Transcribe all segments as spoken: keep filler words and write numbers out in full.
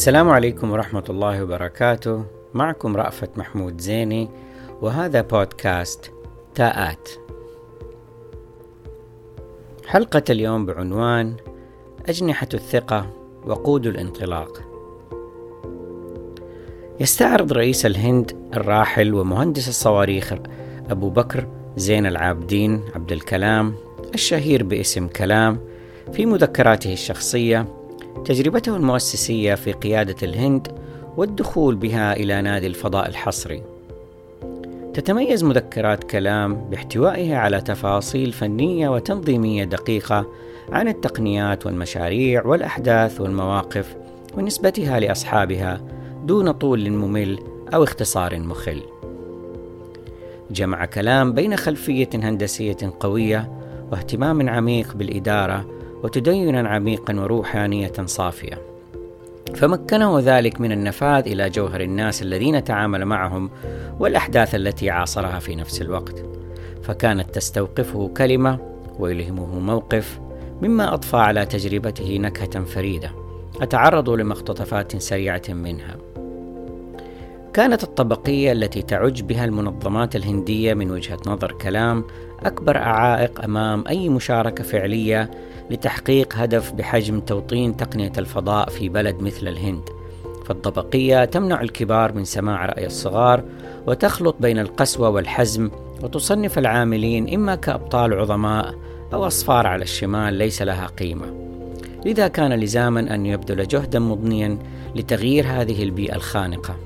السلام عليكم ورحمة الله وبركاته. معكم رأفت محمود زيني، وهذا بودكاست تاءات. حلقة اليوم بعنوان أجنحة الثقة وقود الانطلاق. يستعرض رئيس الهند الراحل ومهندس الصواريخ أبو بكر زين العابدين عبد الكلام الشهير باسم كلام في مذكراته الشخصية تجربته المؤسسية في قيادة الهند والدخول بها إلى نادي الفضاء الحصري. تتميز مذكرات كلام باحتوائها على تفاصيل فنية وتنظيمية دقيقة عن التقنيات والمشاريع والأحداث والمواقف ونسبتها لأصحابها دون طول ممل أو اختصار مخل. جمع كلام بين خلفية هندسية قوية واهتمام عميق بالإدارة وتدينا عميقا وروحانية صافية، فمكنه ذلك من النفاذ إلى جوهر الناس الذين تعامل معهم والأحداث التي عاصرها في نفس الوقت، فكانت تستوقفه كلمة ويلهمه موقف، مما أضفى على تجربته نكهة فريدة. أتعرض لمقتطفات سريعة منها. كانت الطبقية التي تعج بها المنظمات الهندية من وجهة نظر كلام أكبر عائق أمام أي مشاركة فعلية لتحقيق هدف بحجم توطين تقنية الفضاء في بلد مثل الهند، فالطبقية تمنع الكبار من سماع رأي الصغار وتخلط بين القسوة والحزم، وتصنف العاملين إما كأبطال عظماء أو أصفار على الشمال ليس لها قيمة. لذا كان لزاما أن يبذل جهدا مضنيا لتغيير هذه البيئة الخانقة.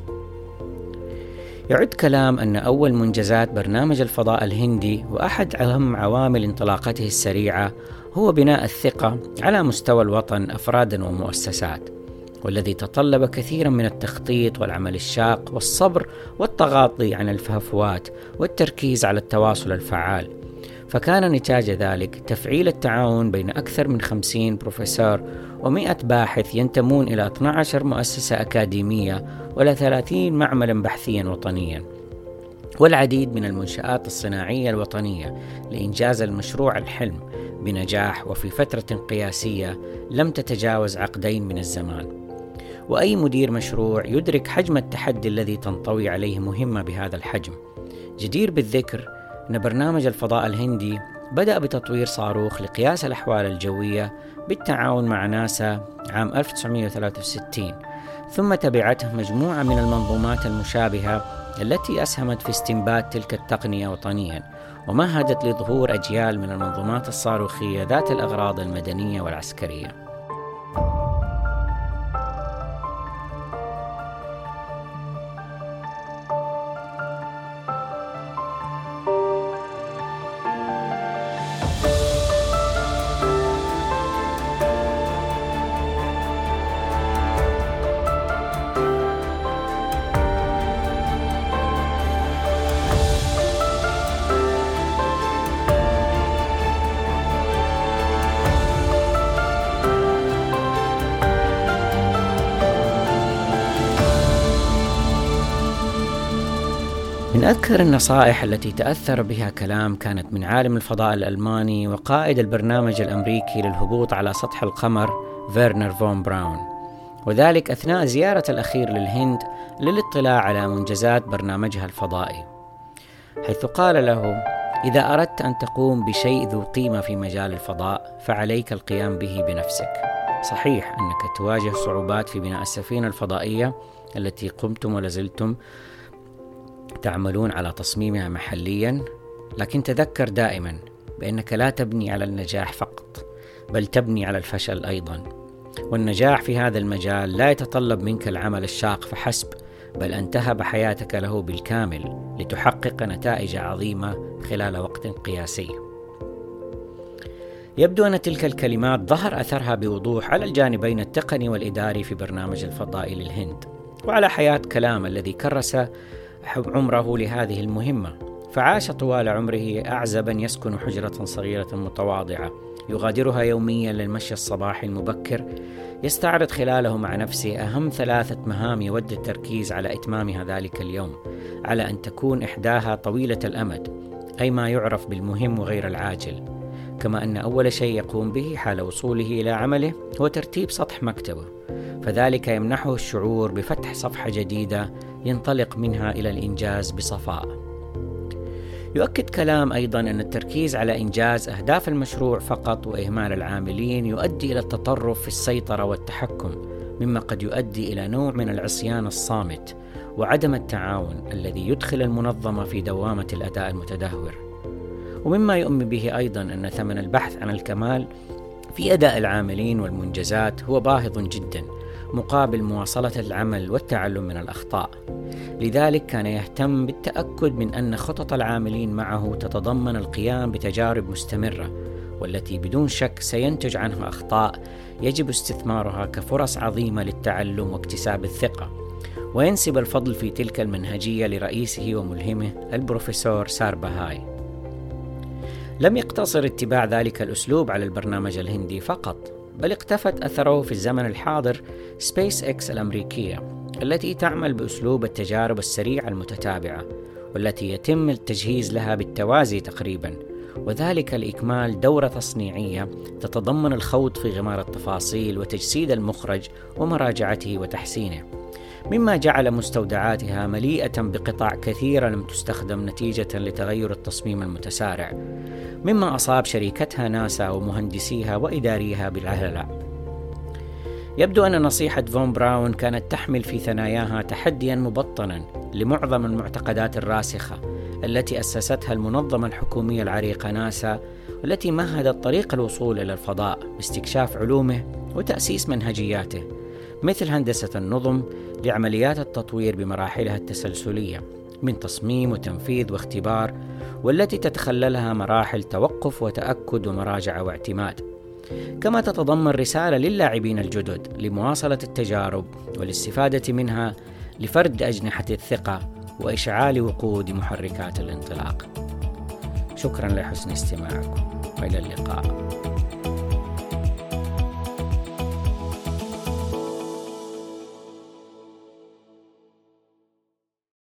يعد كلام أن أول منجزات برنامج الفضاء الهندي وأحد أهم عوامل انطلاقته السريعة هو بناء الثقة على مستوى الوطن أفرادا ومؤسسات، والذي تطلب كثيرا من التخطيط والعمل الشاق والصبر والتغاضي عن الهفوات والتركيز على التواصل الفعال. فكان نتاج ذلك تفعيل التعاون بين أكثر من خمسين بروفيسور ومئة باحث ينتمون إلى اثنتي عشرة مؤسسة أكاديمية ولا ثلاثين معملا بحثيا وطنيا، والعديد من المنشآت الصناعية الوطنية لإنجاز المشروع الحلم بنجاح وفي فترة قياسية لم تتجاوز عقدين من الزمان. وأي مدير مشروع يدرك حجم التحدي الذي تنطوي عليه مهمة بهذا الحجم. جدير بالذكر أن برنامج الفضاء الهندي بدأ بتطوير صاروخ لقياس الأحوال الجوية بالتعاون مع ناسا عام ألف وتسعمائة وثلاثة وستين، ثم تبعته مجموعة من المنظومات المشابهة التي أسهمت في استنبات تلك التقنية وطنيا، ومهدت لظهور أجيال من المنظومات الصاروخية ذات الأغراض المدنية والعسكرية. من أذكر النصائح التي تأثر بها كلام كانت من عالم الفضاء الألماني وقائد البرنامج الأمريكي للهبوط على سطح القمر فيرنر فون براون، وذلك أثناء زيارة الأخير للهند للاطلاع على منجزات برنامجها الفضائي، حيث قال له: إذا أردت أن تقوم بشيء ذو قيمة في مجال الفضاء فعليك القيام به بنفسك. صحيح أنك تواجه صعوبات في بناء السفينة الفضائية التي قمتم ولازلتم تعملون على تصميمها محليا، لكن تذكر دائما بأنك لا تبني على النجاح فقط، بل تبني على الفشل أيضا. والنجاح في هذا المجال لا يتطلب منك العمل الشاق فحسب، بل أن تهب حياتك له بالكامل لتحقق نتائج عظيمة خلال وقت قياسي. يبدو أن تلك الكلمات ظهر أثرها بوضوح على الجانبين التقني والإداري في برنامج الفضاء للهند، وعلى حياة كلام الذي كرس عمره لهذه المهمة، فعاش طوال عمره أعزبا يسكن حجرة صغيرة متواضعة يغادرها يوميا للمشي الصباحي المبكر، يستعرض خلاله مع نفسه أهم ثلاثة مهام يود التركيز على إتمامها ذلك اليوم، على أن تكون إحداها طويلة الأمد، أي ما يعرف بالمهم وغير العاجل. كما أن أول شيء يقوم به حال وصوله إلى عمله هو ترتيب سطح مكتبه، فذلك يمنحه الشعور بفتح صفحة جديدة ينطلق منها إلى الإنجاز بصفاء. يؤكد كلام أيضا أن التركيز على إنجاز أهداف المشروع فقط وإهمال العاملين يؤدي إلى التطرف في السيطرة والتحكم، مما قد يؤدي إلى نوع من العصيان الصامت وعدم التعاون الذي يدخل المنظمة في دوامة الأداء المتدهور. ومما يؤمن به أيضا أن ثمن البحث عن الكمال في أداء العاملين والمنجزات هو باهظ جدا مقابل مواصلة العمل والتعلم من الأخطاء. لذلك كان يهتم بالتأكد من أن خطط العاملين معه تتضمن القيام بتجارب مستمرة، والتي بدون شك سينتج عنها أخطاء يجب استثمارها كفرص عظيمة للتعلم واكتساب الثقة. وينسب الفضل في تلك المنهجية لرئيسه وملهمه البروفيسور ساربهاي. لم يقتصر اتباع ذلك الأسلوب على البرنامج الهندي فقط، بل اقتفت أثره في الزمن الحاضر سبيس إكس الأمريكية، التي تعمل بأسلوب التجارب السريعة المتتابعة، والتي يتم التجهيز لها بالتوازي تقريبا، وذلك لإكمال دورة تصنيعية تتضمن الخوض في غمار التفاصيل وتجسيد المخرج ومراجعته وتحسينه، مما جعل مستودعاتها مليئة بقطع كثيرة لم تستخدم نتيجة لتغير التصميم المتسارع، مما أصاب شركتها ناسا ومهندسيها وإداريها بالعهلة. يبدو أن نصيحة فون براون كانت تحمل في ثناياها تحديا مبطنا لمعظم المعتقدات الراسخة التي أسستها المنظمة الحكومية العريقة ناسا، والتي مهدت طريق الوصول إلى الفضاء باستكشاف علومه وتأسيس منهجياته، مثل هندسة النظم لعمليات التطوير بمراحلها التسلسلية من تصميم وتنفيذ واختبار، والتي تتخللها مراحل توقف وتأكد ومراجعة واعتماد، كما تتضمن رسالة للاعبين الجدد لمواصلة التجارب والاستفادة منها لفرد أجنحة الثقة وإشعال وقود محركات الانطلاق. شكرا لحسن استماعكم، وإلى اللقاء.